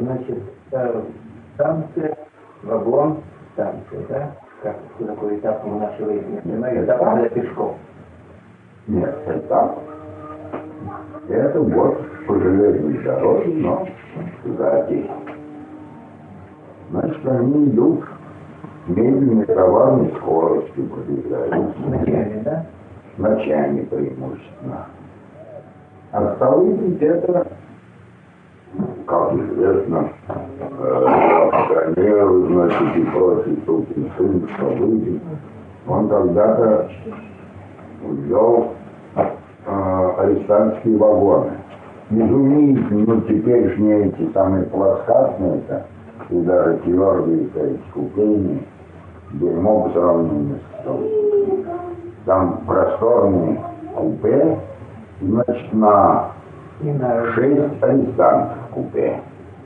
значит, станция, вагон, станция, да? Как такой этап нашего времени? Этап для пешком. Нет, этап. Это вот по железной дороге, но сзади. Значит, они идут медленной товарной скоростью, продвигаются. Ночами, да? Ночами преимущественно. А Столыпин это, как известно, Корнеев, значит, и прочий сукин сын Столыпин, он когда-то ввел арестантские вагоны. Изумительно, теперешние эти самые плацкартные-то, и даже твердые купейные, дерьмо по сравнению с Столыпиным. Там просторные купе, значит, на 6 арестантов в купе.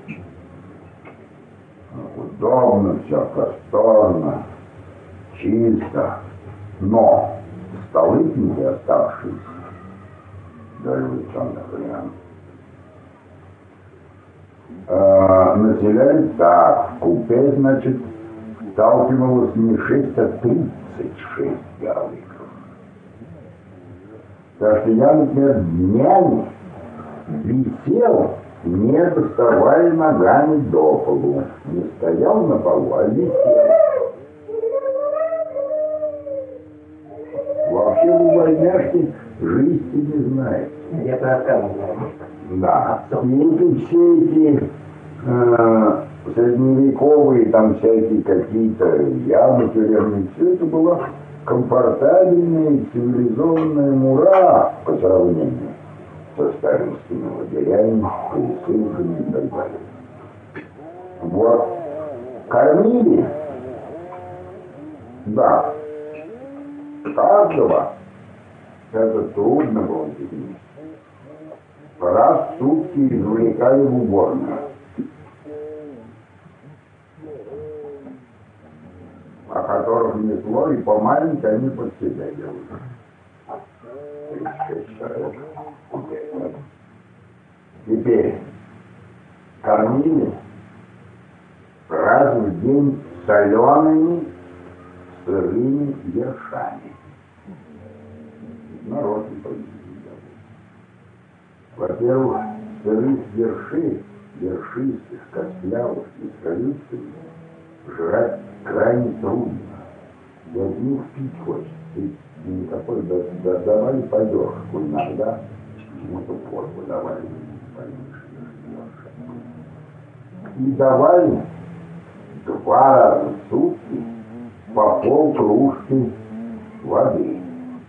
Удобно, все просторно, чисто. Но Столыпники, оставшиеся до революционных времен, населяли так. В купе, значит, сталкивалось не 6, а 36 гавриков. Так что я, например, днями висел, не доставая ногами до полу. Не стоял на полу, а висел. Вообще у войняшки жизни не знает. Я про отца знаю. Да. И эти все эти средневековые, там всякие какие-то ямы тюремные, все это было комфортабельная, цивилизованная мура по сравнению со сталинскими лагерями, ссылками и так далее. Вот. Кормили, да, каждого, это трудно было перенести. Раз в сутки извлекали в уборную. О которых несло, и по маленькой они под себя делают. 36 человек. Теперь кормили раз в день солеными сырыми ершами. Народ не поедет. Во-первых, сырых ершистых, костлявых и с колючками жрать крайне трудно. И от них пить хочется. И никакой давали подержку иногда, почему-то порку давали и давали 2 раза в сутки по полкружки воды.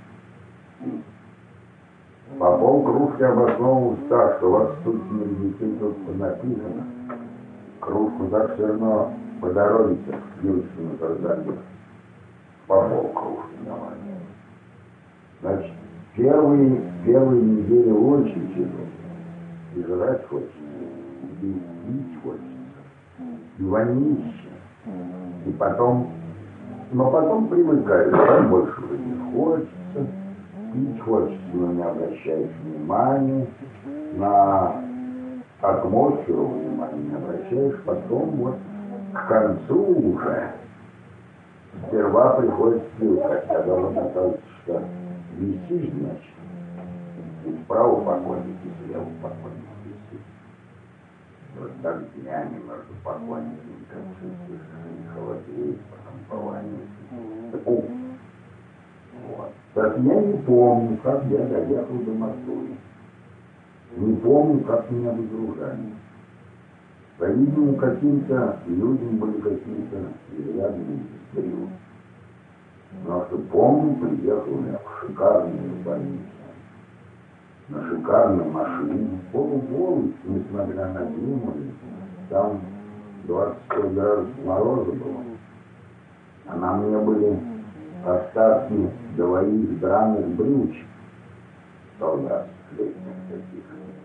По полкружки обосновывалось так, что вот тут тут написано, кружку так все равно по дороге-то Юрочкину продали. По полкружки давали. Значит, первые недели очень тяжело. И жрать хочется, и пить хочется, и вонище. И потом, но потом привыкаешь, там больше не хочется, пить хочется, но не обращаешь внимания, на атмосферу внимания не обращаешь, потом вот к концу уже сперва приходится привыкать, когда вот оказывается, что висишь, значит, и справа покойник, и слева покойник висит. Вот так днями между покойниками, как чувствуешь, и холодеет, потом пованивает. Вот. Так я не помню, как я доехал до Москвы. Не помню, как меня выгружали. По-видимому, каким-то людям были какие-то изрядные периоды. Но что помню, приехал я в шикарную больницу. На шикарной машине, полуголый, несмотря на зиму, там 25 градусов мороза было. А на мне были остатки двоих драных брючек, солдатских летних таких.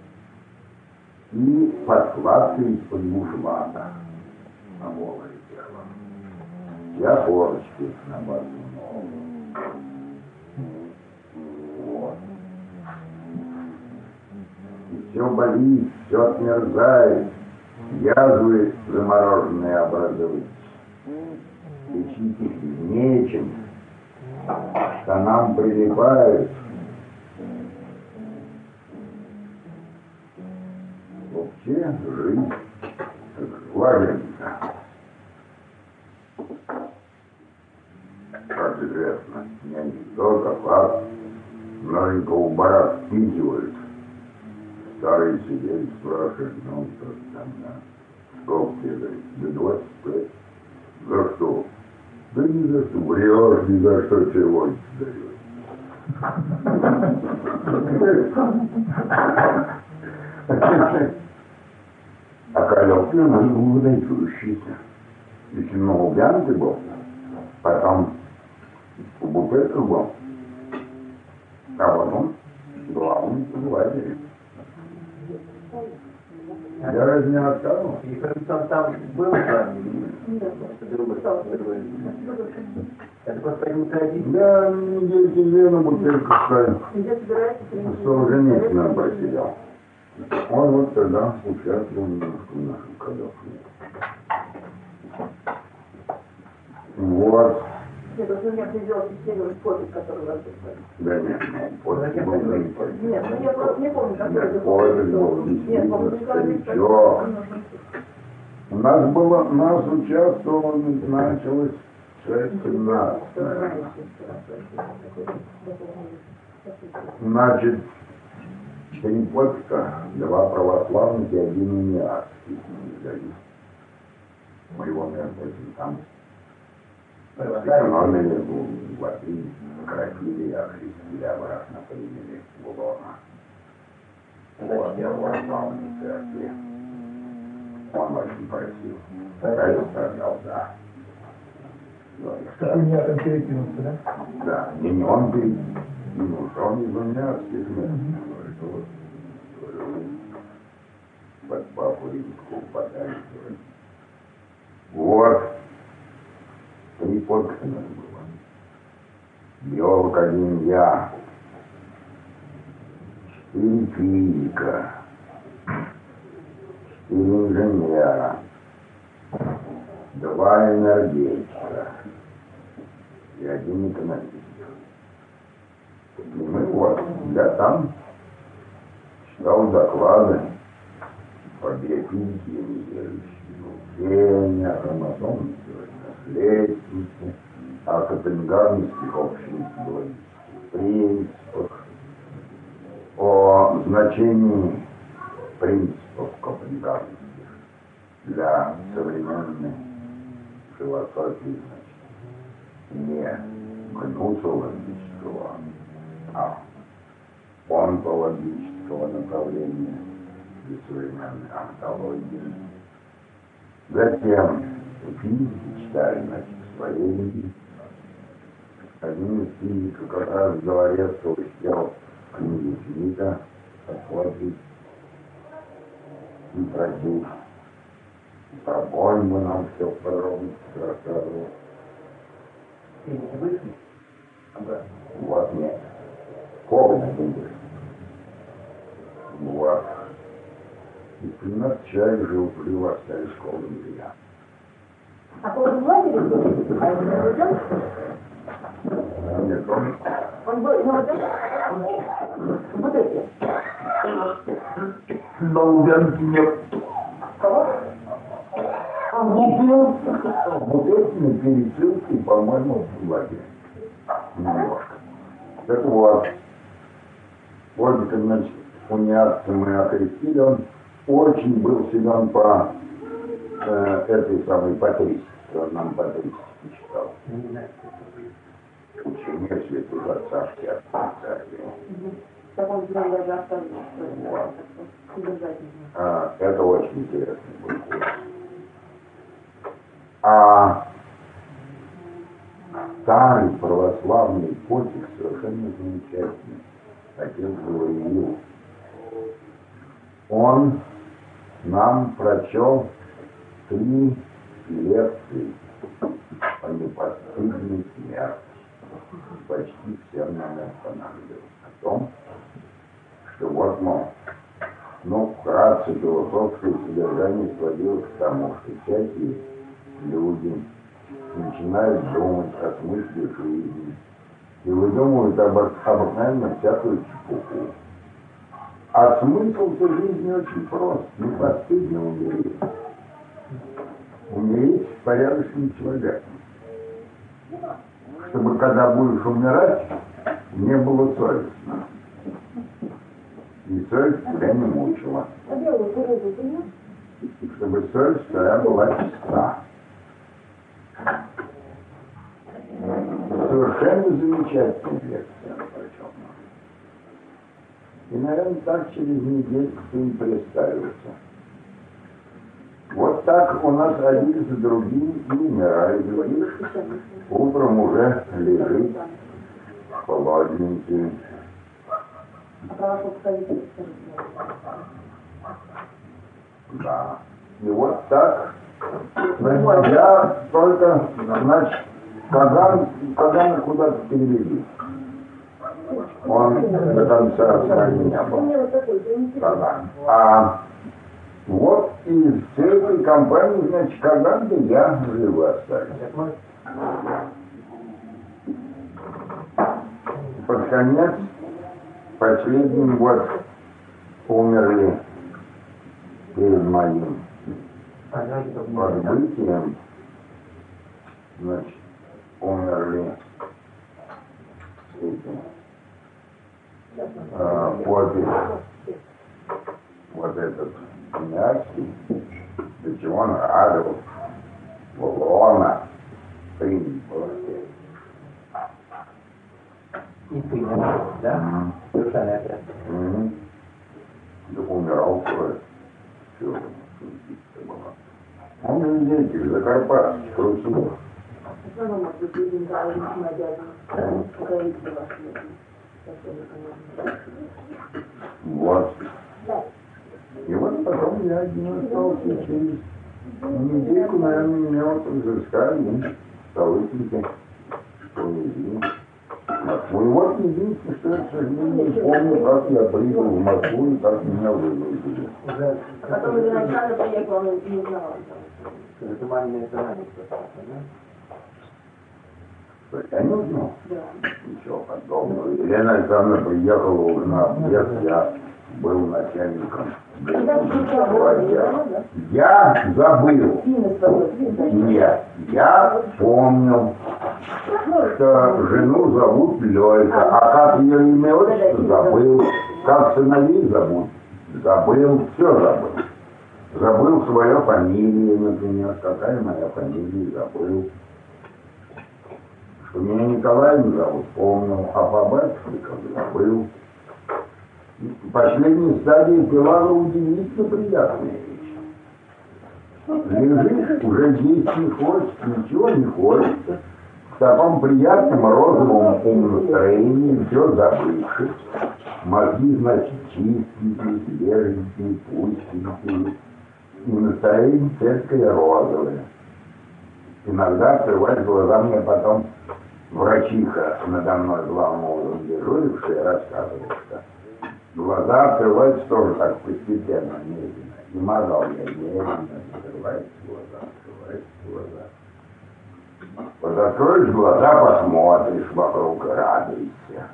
И подкладка из-под бушлата на голое тело. Я корочки на базу новую. Вот. И все болит, все отмерзает. язвы замороженные образуются. Лечить их нечем, к штанам прилипают. Вообще жизнь лагерника. Как известно, не анекдот, а факт. Новенького барак впихивают. Старые сидели, спрашивают, ну, что там, да. Сколько тебе, говорит, до 25. За что? Да ни за что. Врешь, ни за что тебе водить дает. А Калёв на нас был выдающийся. Если на Лубянке был, потом в Бупетах был, а потом главным в лагере. Я разве не рассказывал? И он там был с вами? Это просто один традиция. Да, недельки две на бутылку ставил. Солженицын просидел. Он вот тогда участвовал немножко в нашем Калёве. Вот. Нет, вот у меня привел систему подпись, который у вас был. Да нет, подпись был не подпись. Нет, ну я просто не помню, какой это был. Подпись был Нет, по-моему, действительно старичок. У нас участвовало, началось 6-17. Значит, 4 подписка, 2 православных и 1 униатский. Мы его, наверное, там экономили, воды, сократили, окрестили обратно, приняли в лона. Вот, я православной церкви. Он очень просил. Представлял, да. Что меня там перекинулся, да? Да, не он перекинулся, он из униатских говорит, вот, под папу римскую подали. Вот. 3 подписи надо было. Биолог 1 я. 4 физика. 4 инженера. 2 энергетика. И 1 экономист. И мы вот, я там читал доклады по биофизике и изучения хромосом, наследственности, о копенгагенских общих биологических принципах, о значении принципов копенгагенских для современной философии, значит, не гнусологического, а онтологического направления для современной онтологии. Затем физики читали, значит, свои. Один из физиков как раз говорил, что сделал книгу физика, отплатить и просил. И про Бойму нам все в подробности рассказывал. Физики вышли? Вот нет. Когна были. Вот. И 13 человек жил при восставе школы Илья. А то он в лагере был? А он не рожден? Нет, Он был не рожден? В Бутырке. На Лубянке нет. Кого? Бутылками пересылки, по-моему, в лагере. Немножко. Так вот. Вот, значит, униатца мы окрестили, он очень был силен по этой самой патристике. Он нам патристику читал. Учение святых отцарских от церкви. Так он знал даже остальное. Это очень интересный был курс. А старый православный подвиг совершенно замечательный. Отец говорил, он нам прочел 3 лекции о непостыдной смерти. Почти всем нам останавливался о том, что вот, мол, Но вкратце философское содержание сводилось к тому, что всякие люди начинают думать о смысле жизни и выдумывают обыкновенно всякую чепуху. А смысл-то жизни очень прост, не постыдно умереть. Умереть порядочным человеком. Чтобы когда будешь умирать, не было совестно. И совесть тебя не мучила. Чтобы совесть твоя была чиста. Совершенно замечательная лекция. И, наверное, так через недельку ты и представился. Вот так у нас один за другим и умирают. Утром уже лежит холодненький. Да. И вот так. Значит, я только, значит, Кагана куда-то перевели. Он до конца с нами не был. Каган. А вот из всей этой компании, значит, Каган-то я живо остался. Под конец, последний год умерли перед моим отбытием, значит, умерли подпись, вот этот Мягкий, до чего он радовался, Лона, принят просто. И ты, да? Совершенно это. Да умирал тоже. Все, он здесь, из Закарпатья, Крутилов. Вот. И вот потом я один остался через недельку, наверное, меня вот взыскали в Столыпнике, повезли. И вот единственное, что я, к сожалению, не помню, как я прибыл в Москву и как меня вывезли. Потом изначально приехал, он не знал. Затуманенное сознание просто, да? Я не узнал. Да. Ничего подобного. Елена Александровна приехала уже на объезд, я был начальником. Я забыл. Нет, я помнил, что жену зовут Лёйка, а как ее имя отчество забыл, как сыновей зовут, забыл, все забыл. Забыл свою фамилию, например, какая моя фамилия, забыл. Что меня Николаем зовут, помнил, а по батюшке забыл. Последняя стадия Пилара удивительно приятная вещь. Лежишь, уже есть не хочется, ничего не хочется. В таком приятном розовом настроении, все забывшись. Мозги, значит, чистенькие, свеженькие, пустенькие. И настроение цветкое розовое. Иногда открывает глаза, мне потом врачиха надо мной главным образом дежурившая рассказывала, что глаза открываются тоже так постепенно, медленно. И моргал я медленно, открываются глаза. Вот откроешь глаза, посмотришь вокруг, радуйся.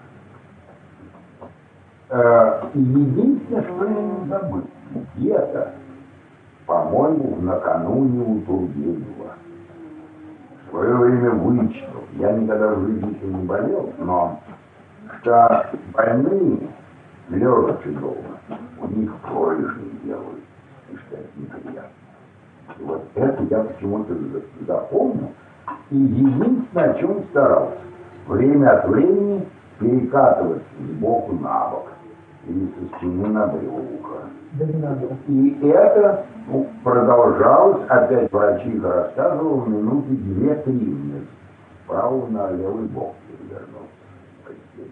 И единственное, что я не забыл, где-то, по-моему, накануне у Тургенева, в свое время вычитал, я никогда в жизни не болел, но что больные, лежачи дома, у них пролежни делают, и что это неприятно. И вот это я почему-то запомнил. И единственное, о чем старался, время от времени перекатываться сбоку на бок или со спины на брюхо. И это продолжалось, опять врачиха рассказывала, минуты 2-3 мне справа на левый бок перевернулся.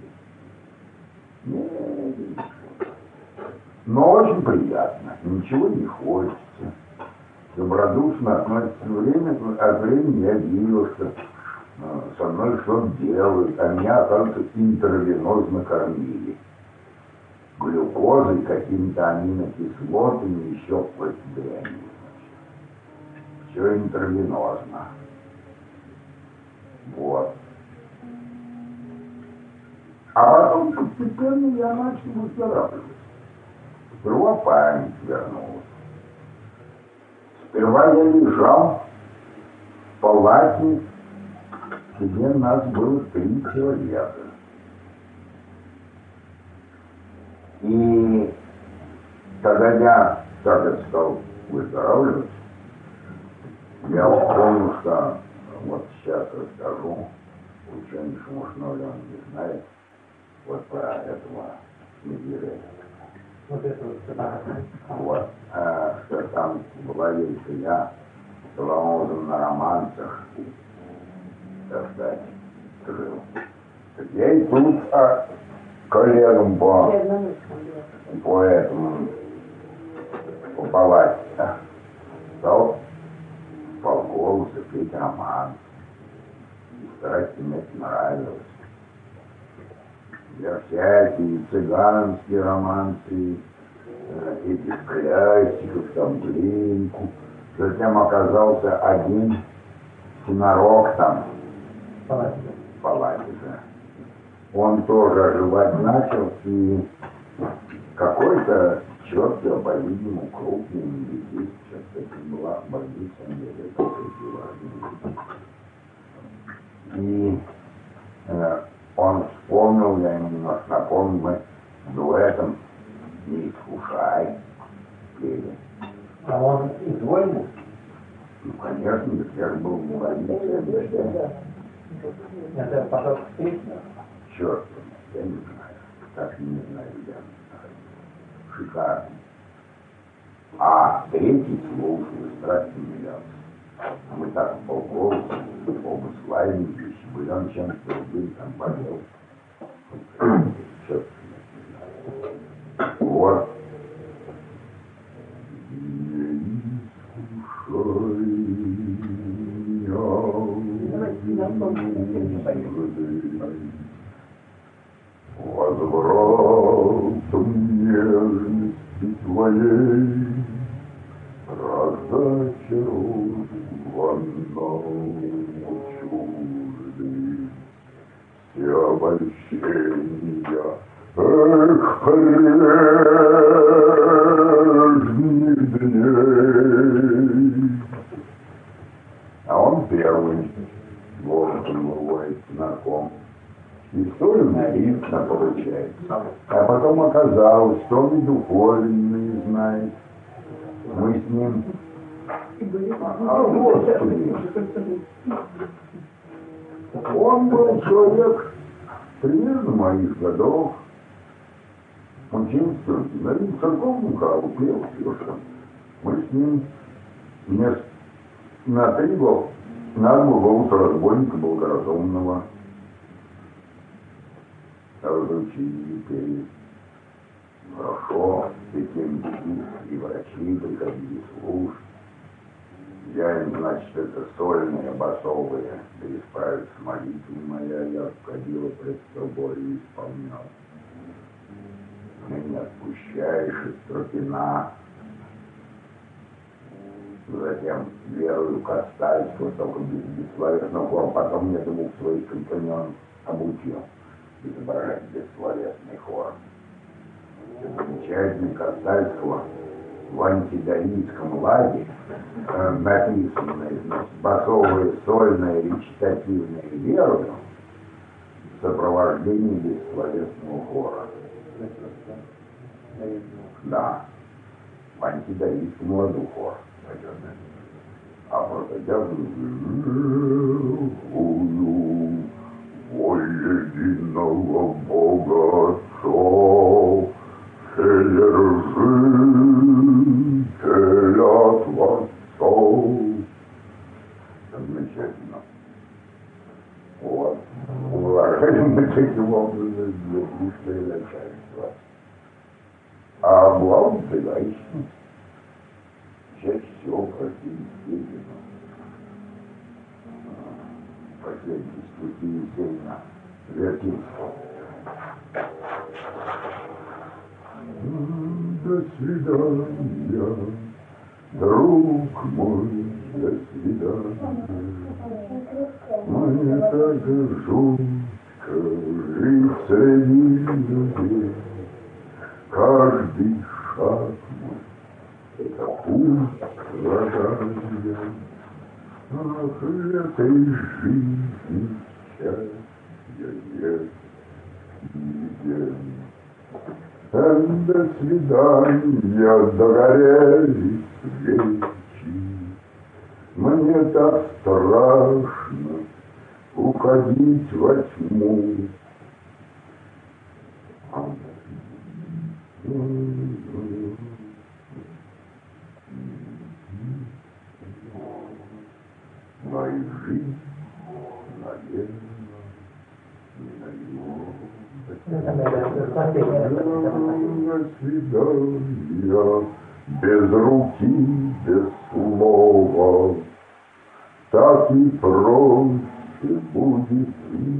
Но очень приятно, ничего не хочется. Добродушно относится время от времени, я видел, что со мной что-то делают, а меня, оказывается, интервенозно кормили. глюкозой, какими-то аминокислотами, еще какой-то дрянью. Все интравенозно. Вот. А потом постепенно я начал выздоравливать. Сперва память вернулась. Сперва я лежал в палате, где нас было 3 человека. И когда я, так я стал выздоравливать, я вспомнил, что вот сейчас расскажу ученейшему, может, он не знает, вот про этого медведя. Вот это вот. Вот, что там была вещь, я Соломозом на романсах, так сказать, жил. Так я и тут коллегам по этому, по палате, стал полголоса петь романс. И страсти мне это нравилось. Я всякие цыганские романсы, этих плясиков, там, Глинку. Затем оказался один тенорок там, в палате, да. Он тоже оживать начал, и какой-то черт, по-видимому, крупный медведь, сейчас это была больница, и он вспомнил, я ему немножко напомнил, мы дуэтом «Не искушай» пели. А он из войны? Ну, конечно, я же был в больнице. Это поток песни? Черт, я не знаю. Так не знаю, я. Шикарно. А третий слушал, страсти миллион. Мы так полголоса, оба славились, были он чем-то был, там болел. Черт. Вот. Возвратом нежности твоей разочарованно чужды все обольщения прежних дней. А он первый голосом выводит нарком. Историю наивно получается. А потом оказалось, что он и духовный знает. Мы с ним... Господи! Он был человек примерно моих годов. Учился в церковном хору, пел все, что. Мы с ним на 3 года, на 2 голоса разбойника благоразумного. Разучили, пели. Хорошо, таким и врачи приходили слушать. Я им, значит, это сольные, басовые, да исправиться молитвы моя, я входила пред тобой и исполнял. Меня отпущаешь из Тропина. Затем верую Костальского, только без бессловесного хора. Потом я 2 своих компаньонов обучил изображать бессловесный хор. Замечательный Костальского в антидарийском лаге написано, значит, басовые, сольные, речитативные верою в сопровождении бессловесного хора. Да, в антидарийском ладу хор. А протягиваю воле единого Бога Отцов, Вседержителя Творцов. Замечательно. Вот. Уважаемый таким образом высшее начальство. А главное предательство. Чаще всего простили последние стихи сильно вертится. свидания, друг мой, до свидания. Мне так жутко жить среди людей, каждый шаг мой — это путь страдания. Ах, этой жизни счастья нет нигде. До свидания, догорели свечи. Мне так страшно уходить во тьму. Но и жизнь, наверное, до свидания, без руки, без слова, так и проще будет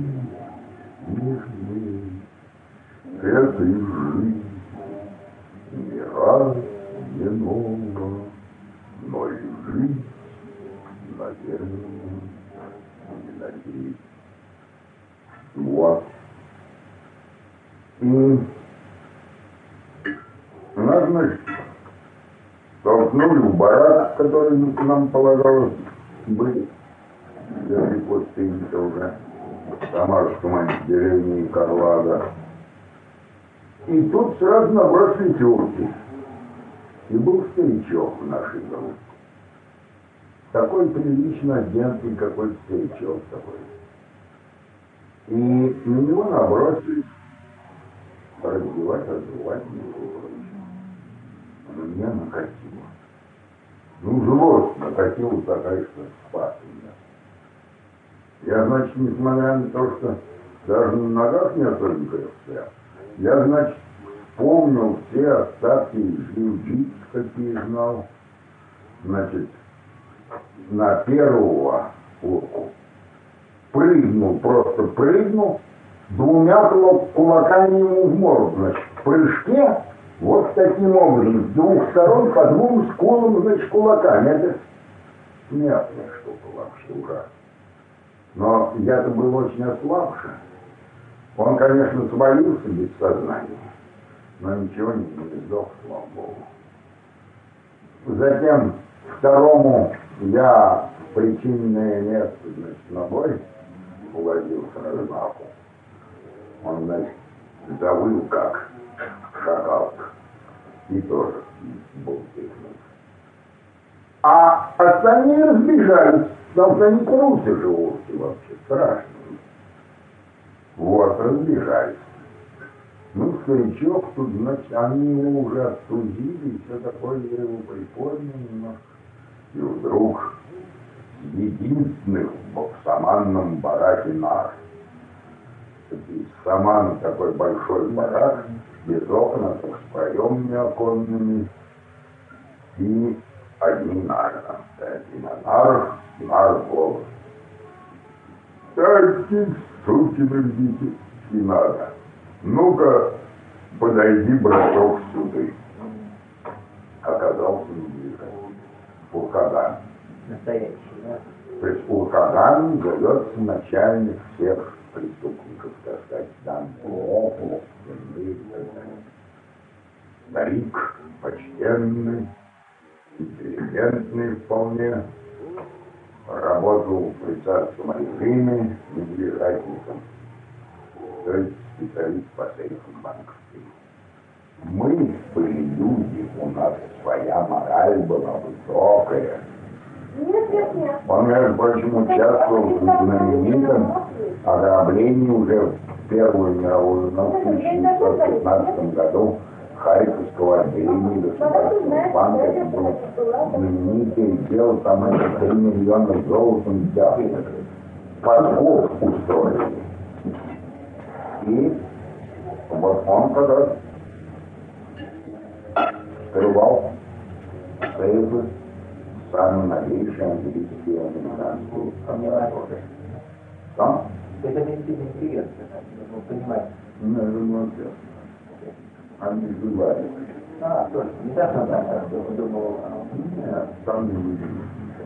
нежней этой жизни не раз, не ново, но и жизнь, наверное, не надеюсь. Вот. И нас, значит, толкнули в барак, который нам полагалось быть. Далеко стоит уже в Самарском деревне Карлага. И тут сразу набросили тёрки. И был старичок в нашей группе. Такой прилично одетый, какой старичок такой. И на него набросились раздевать, разрывать, между прочим. Мне накатило. Ну, злость накатила такая, что спас меня. Я, значит, несмотря на то, что даже на ногах не особенно крепся, я, значит, вспомнил все остатки jiu-jitsu, какие знал. Значит, на первого урку прыгнул, просто прыгнул, двумя кулаками ему в морду. Значит, в прыжке вот таким образом, с двух сторон по двум скулам, значит, кулаками. Это смертная штука вообще, ужасно. Но я-то был очень ослабше. Он, конечно, свалился без сознания, но ничего не сдох, слава Богу. Затем второму я в причинное место, значит, ногой угодил сразу на пол. Он, значит, завыл как шакалка и тоже был пихнут. А остальные разбежались, потому что они трусы живут вообще, страшно. Вот, разбежались. Ну, старичок тут, значит, они его уже оттузили, и все такое, я его приподнял немножко. И вдруг единственных в саманном бараке наш. Из самана такой большой барак, без окна, так с проемами оконными, и одни нары там стоят, и на нарах наш голос. Таких сукиных детей надо. Ну-ка, подойди, браток, сюда. Оказался неблизко. Уркаган. Настоящий, да? То есть Уркаган зовется начальник всех преступников, так сказать, там, плохо, старик, почтенный, интеллигентный вполне, работал при царском режиме недвижатником, то есть специалист по сейфам банковским. Мы были люди, у нас своя мораль была высокая. Он, между прочим, участвовал в знаменитом ограблении уже в Первую мировую войну в 1915 году Харьковского отделения Государственного банка. Это было знаменитое дело, там это 3 миллиона золотом взяли. Подкоп устроили. И вот он когда скрывал сейфы, самые новейшие английские, американские лаборатории. Что? Это медицина интересно, вы понимаете. Наверное, они бывали. А, точно. Недавно так думал. Нет, там не выделили.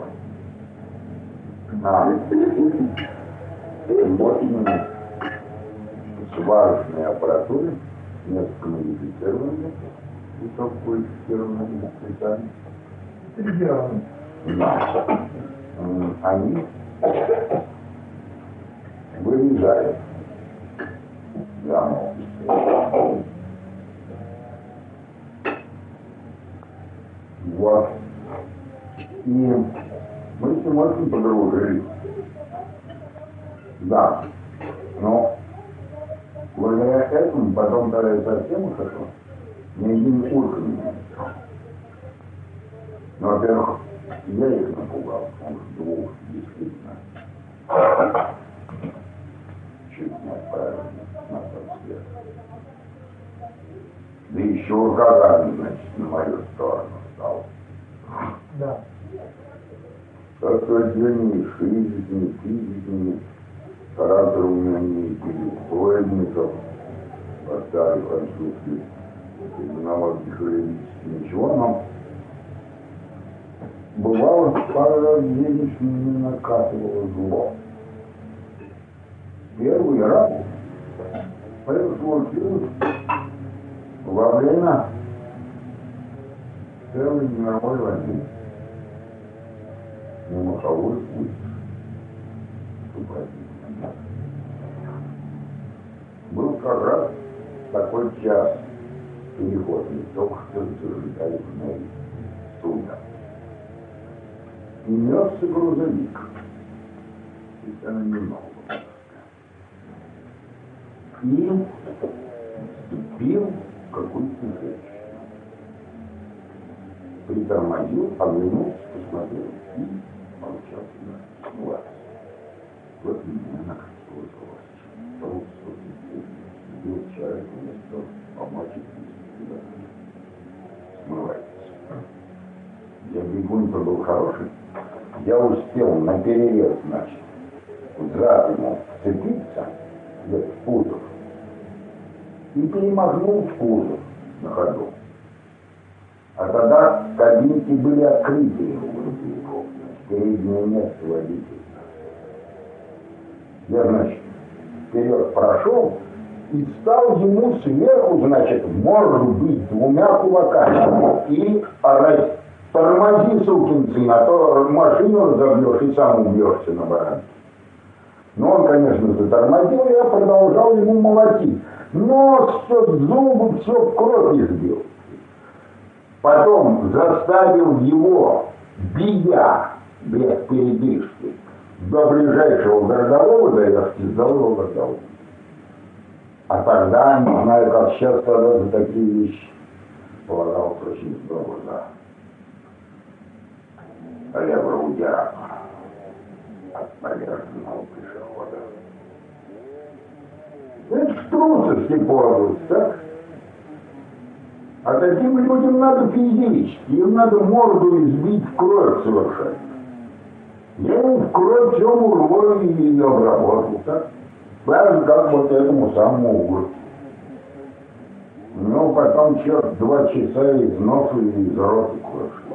Очень сварочной аппаратуре, несколько модифицированных, высококвалифицированными специалистами. Регионы. Да. Они вырезают замок. Вот. И мы с ним очень подружились. Да. Но благодаря этому потом, когда я совсем ушел, ни один уши не мешал. Ну, во-первых, я их напугал, потому что двух действительно чуть не отправили на тот свет. Да еще когда, значит, на мою сторону стал. Да. Так что отдельные физиками, физиками, характер у меня не перестроенников, старый французский, терминологии юридически ничего, но бывало, пару раз денежно не накатывало зло. Первый раз это случилось во время Первой мировой войны. На маховой путь. Был как раз такой час переходный, только что зажигали в судно. И несся грузовик. И она немного. И вступил в какую-то женщину. Притормозил, оглянулся, посмотрел и молчал. Вот. Вот меня накрылось. Стол, сидел человек, вместо помочь и смывается. Я бегунька был хороший. Я успел на перерез, значит, зад ему вцепиться, где-то в кузов, и перемахнул в кузов на ходу. А тогда кабинки были открыты у грузовиков, переднее место водителя. Я, значит, вперед прошел и стал ему сверху, значит, морду бить двумя кулаками и орать: тормози, сукин сын, а то машину разобьешь и сам убьешься на баранке. Но он, конечно, затормозил, и я продолжал ему молотить. Нос, все, зубы, все в кровь избил. Потом заставил его, бия, без передышки, до ближайшего городового доехать и сдал его городовому. А тогда, не знаю, как сейчас, тогда за такие вещи полагался очень здорово, да. Левого удара от поверженного пешехода. Это ж трусости подлость, так? А таким людям надо физически, им надо морду избить, в кровь совершать. Я ему в кровь все мурло и обработал, так? Даже как вот этому самому углу. Ну, потом черт 2 часа из носа и из рота кровь шла.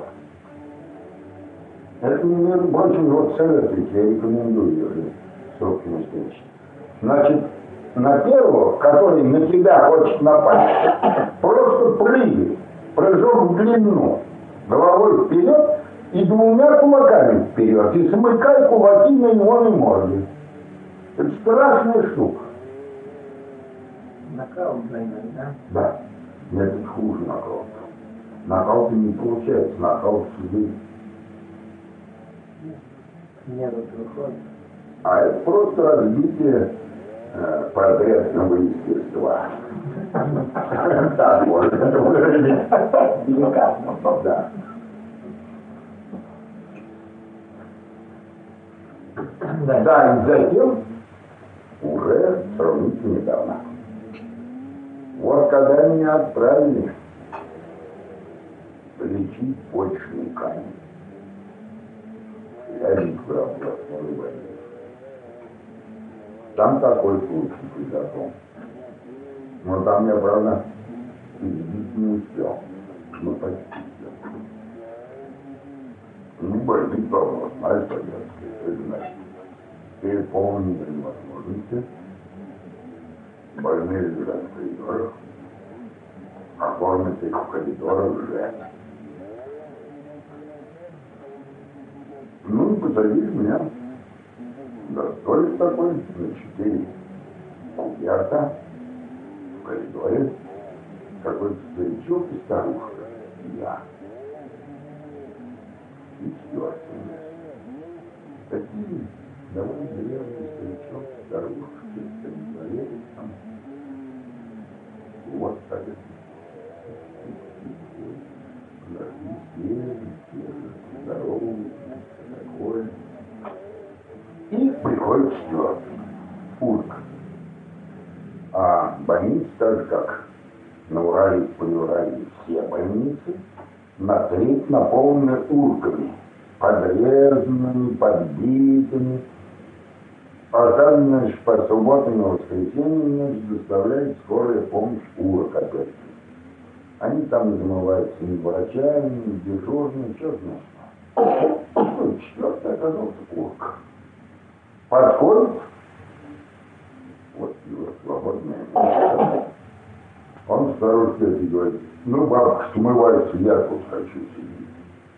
Это, между прочим, вот советуйте, я рекомендую, если собственно встречи. Значит, на первого, который на тебя хочет напасть, просто прыгай, прыжок в длину, головой вперед и двумя кулаками вперед, и смыкай кулаки на его на морде. Это страшная штука. Нокаут двойной, да? Да. Нет, это хуже нокаута. Нокаут не получается, нокаут суды. Нет, вот выходит. А это просто разбитие подрядного естества. Так можно это выразить. Деликатно. Да. Да, и затем уже сравнительно недавно. Вот когда меня отправили лечить почечный камень. Я ликвидировал областной больницы. Там такой случай произошел. Но там я, правда, избить не успел. Ну, почти. Ну, больных дома, знаешь, значит, переполненные возможности, больные лежат в коридорах, оформить их в коридорах уже. Ну, и посадили меня за столик такой, на 4 ярка, в коридоре, какой-то старичок и старушка, и я. И четвертый. Такие довольно древние старичок, старушки, старик, там. Вот так это. Здоровый, такой. И приходит четвертый. Урка. А больницы, так же как на Урале и Полиурале все больницы, на треть наполнены урками, подрезанными, подбитыми. А там, значит, по субботам и воскресеньям, значит, доставляет скорая помощь урок опять. Они там не замываются ни врачами, ни дежурными, что знаю. Ну, четвертый оказался урка. Подходит, вот его свободное место. Он старушке и говорит: ну, бабка, смывайся, я тут хочу сидеть.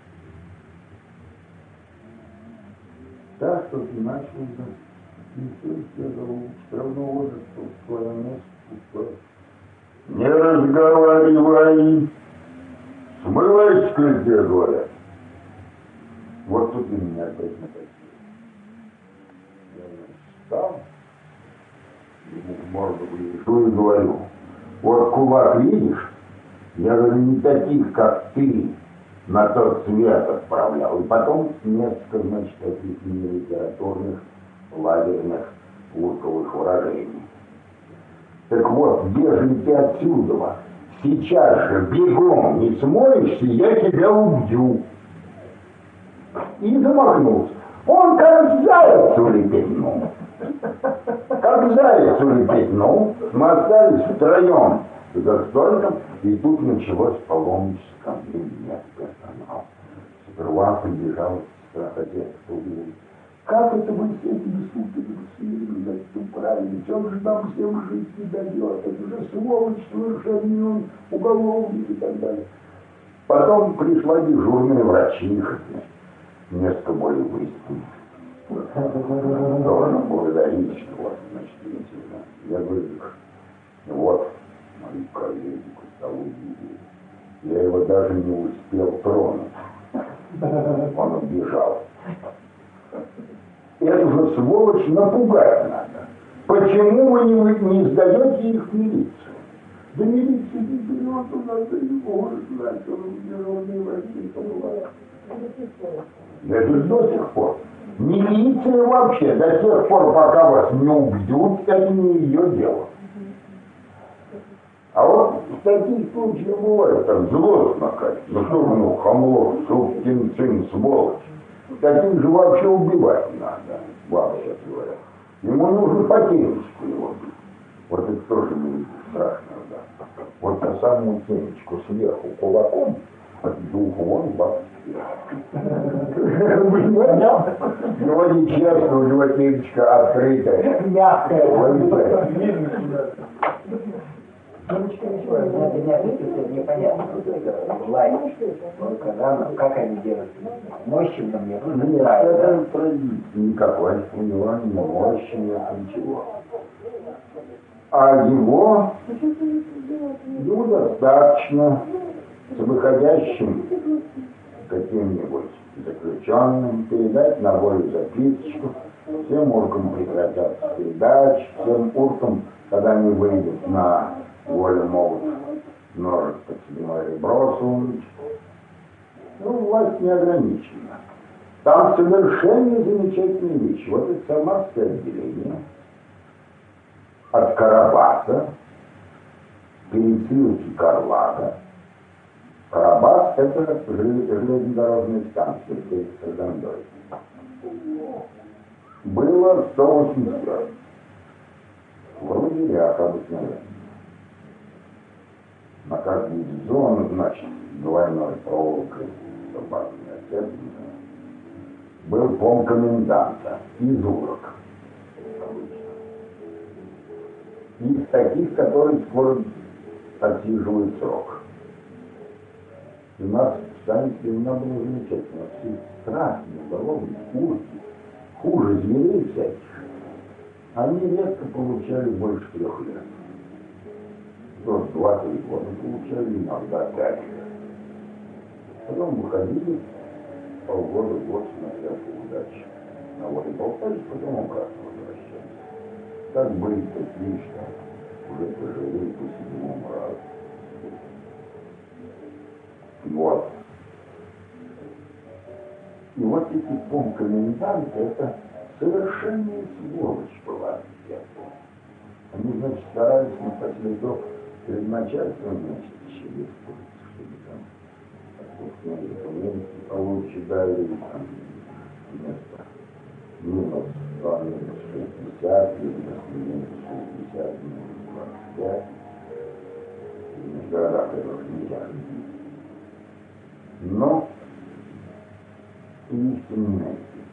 Так что ты начал, да, и все сделал, все равно возраст в свое место пустое. Не разговаривай, смывайся, как тебе говорят. Вот тут и меня опять накатило. Я, значит, встал, ему в морду вылежу и говорю: вот кулак видишь, я говорю, не таких, как ты, на тот свет отправлял. И потом несколько, значит, таких нелитературных, лагерных, урковых выражений. Так вот, ежели ты отсюда сейчас же бегом не смоешься, я тебя убью. И замахнулся. Он как заяц улепетнул. Как заяц улепетнул. Мы остались втроем за столиком, и тут началось паломничество. Нет, персонал. Сперва прибежал страхотец, кто говорит: как это вы все эти сутки смирились, это правильно, ведь он же нам всем жить не дает, это же сволочь совершенный, он уголовник и так далее. Потом пришла дежурная врачиха, несколько более выясненных. Должен благодарить, что вас, значит, интересно. Я говорю: вот, мои коллеги по столу видели. Я его даже не успел тронуть. Он убежал. Эту же сволочь напугать надо. Почему вы не сдаете их в милицию? Да милиция не берет у нас, да не может знать, что он международные враги побывают. Это до сих пор. Милиция вообще, до тех пор, пока вас не убьют, это не ее дело. А вот в таких случаях бывает так злостно, как, ну что же, ну, хамло, сукин сын, сволочь. Таких же вообще убивать надо, вообще говоря. Ему нужно потемечку его бить. Вот это тоже мне страшно, да. Вот на самую темечку сверху кулаком, от двух вон бабки. Вроде честно, у него темечка открытая. Мягкая. Девочка ничего, для меня это непонятно. Лайк. Как они делают? Мощи на мне. Нет, это никакой у него ни мощи, нет ничего. А его, ну, достаточно с выходящим каким-нибудь заключенным передать на волю записочку, всем уркам прекратятся передачи, всем уркам, когда они выйдут на волю, могут ножик под седьмое ребро сунуть. Ну, власть не ограничена. Там совершенно замечательные вещи. Вот это Самарское отделение от Карабаса, пересылки Карлага. Карабас — это железнодорожная станция перед Сагандой. Было 180 раз. В лагерях обыкновенно. На каждую зону, значит, двойной проволокой собаками оцеплено, был коменданта из урок обычно. Из таких, которые скоро отсиживают срок. И у нас в стане времена было замечательно. Все страшные, уголовные, хуже зверей всяких. Они редко получали больше 3 лет. То 2-3 года получали, иногда 5 лет. Потом выходили полгода, год, смотря по удаче. На воле болтались, потом обратно возвращались. Так были такие, что уже пожили по 7-му разу. Вот. И вот эти коменданты, это совершенная сволочь была. Они, значит, старались напоследок перед начальством, значит, еще использовать, чтобы там отпускные документы получше дали, там, вместо минус 2, минус 60, минус 60, минус 25. И в городах этого нельзя жить. Но истинно.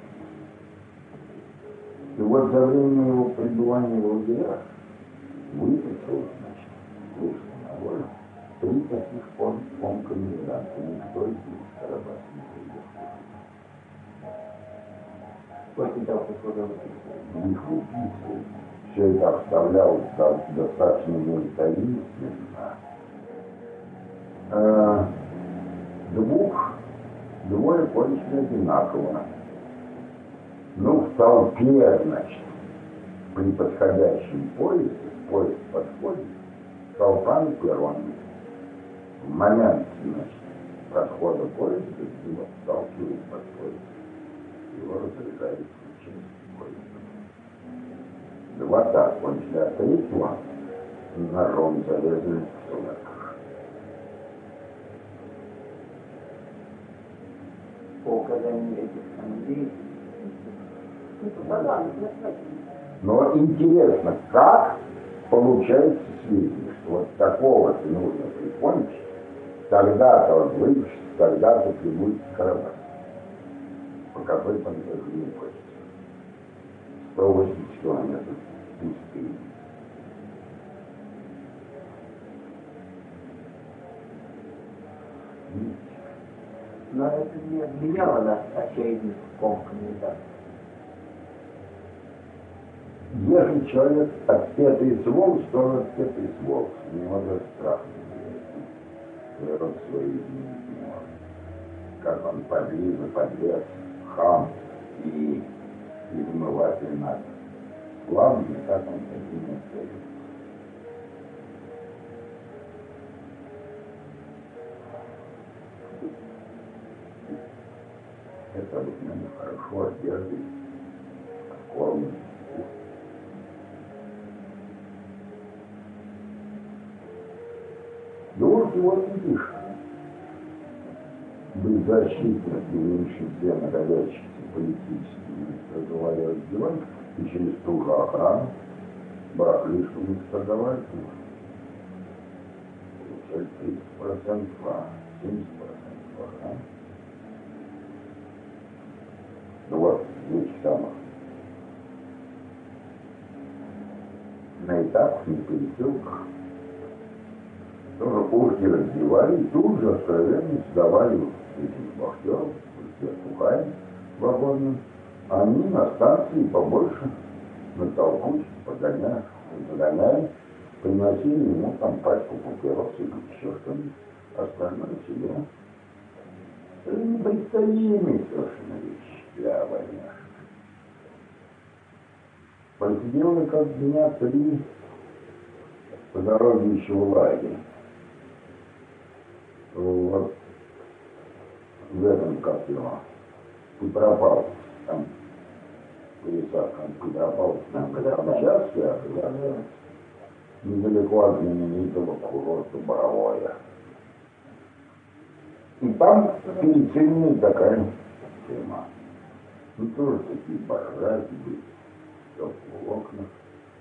И вот за время его пребывания в лагерях выписал, значит, вышел на волю 3 таких коменданта. Никто из них в Карабас не приехал. После того, как вы говорите. Их выписывали. Все это обставлялось достаточно таинственно. Двое кончили одинаково. Ну, в толпе, значит, при подходящем поезде, поезд подходит, толпа на перроне. В момент, значит, подхода поезда его сталкивают под поезд. Его разрезают через поезд. 2 так кончили, а 3-го ножом зарезали в сумерках. По указанию этих людей. Но интересно, как получается сведения, что вот такого-то нужно прикончить, тогда-то он выпишет, тогда-то прибудет Карабас. По какой там не хочется. 180 километров пустыни. Но это не влияло на очередных коменданта. Если человек отпетый сволочь, то он отпетый сволочь. У него даже страх не род своей изменить не может. Как он подлец, хам и измыватель над славными, так он таким и остается. Это обыкновенно хорошо одежды, откормлены. Юрки вот не пишет. Беззащитных и в меньшинстве находящихся политическими разговаривать диван и через ту же охрану брали, что мы торговали. Получали 30%, а 70% охраны. Ну вот, в этих самых на этапах, на пересылках тоже пушки раздевали и тут же откровенно сдавали этих вахтеров, все сухами вагонным. Они на станции побольше на толпу загоняли, приносили ему там пачку папирос или еще что-нибудь, остальное себе. Это непредставимые совершенно вещи для войны. Посидел как дня 3 по дороге еще в лагере. Вот в этом, как его, Петропавловск, там, в лесах, там, Петропавловск, там сейчас я, недалеко от знаменитого курорта Боровое. И там перецельная такая тема. Ну, тоже такие баржаки были, в окнах, такие решетки. И там, значит, 2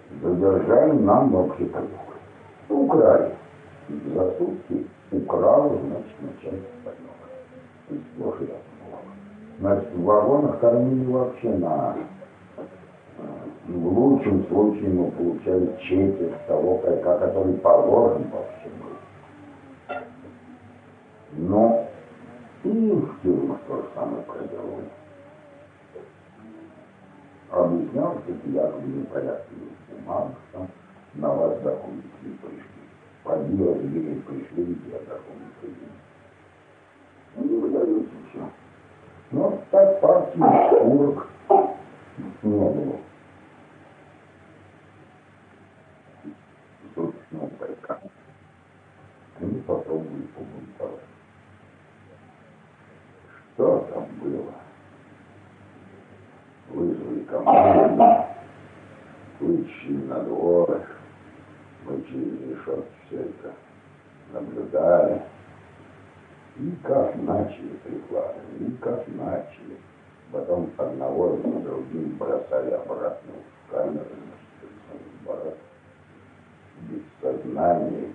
задержали нам вообще-то. Украли. За сутки украл, значит, начальник больного. Сплошь и рядом. Значит, в вагонах кормили вообще в лучшем случае мы получали четверть того пайка, который положен вообще был. Но и в тюрьмах то же самое проделали. Объяснял, что якобы непорядки в бумагах, там на вас документы не пришли. Побило, дверь пришли, я документы не. Ну, не выдаются все. Но так партии шкурок не было. Собственного пайка. Они попробовали побунтовать. Что там было? Вызвали команду, вытащили на двор, мы через решетки все это наблюдали. И как начали прикладывать, и как начали. Потом одного за другим бросали обратно в камеру, без сознания,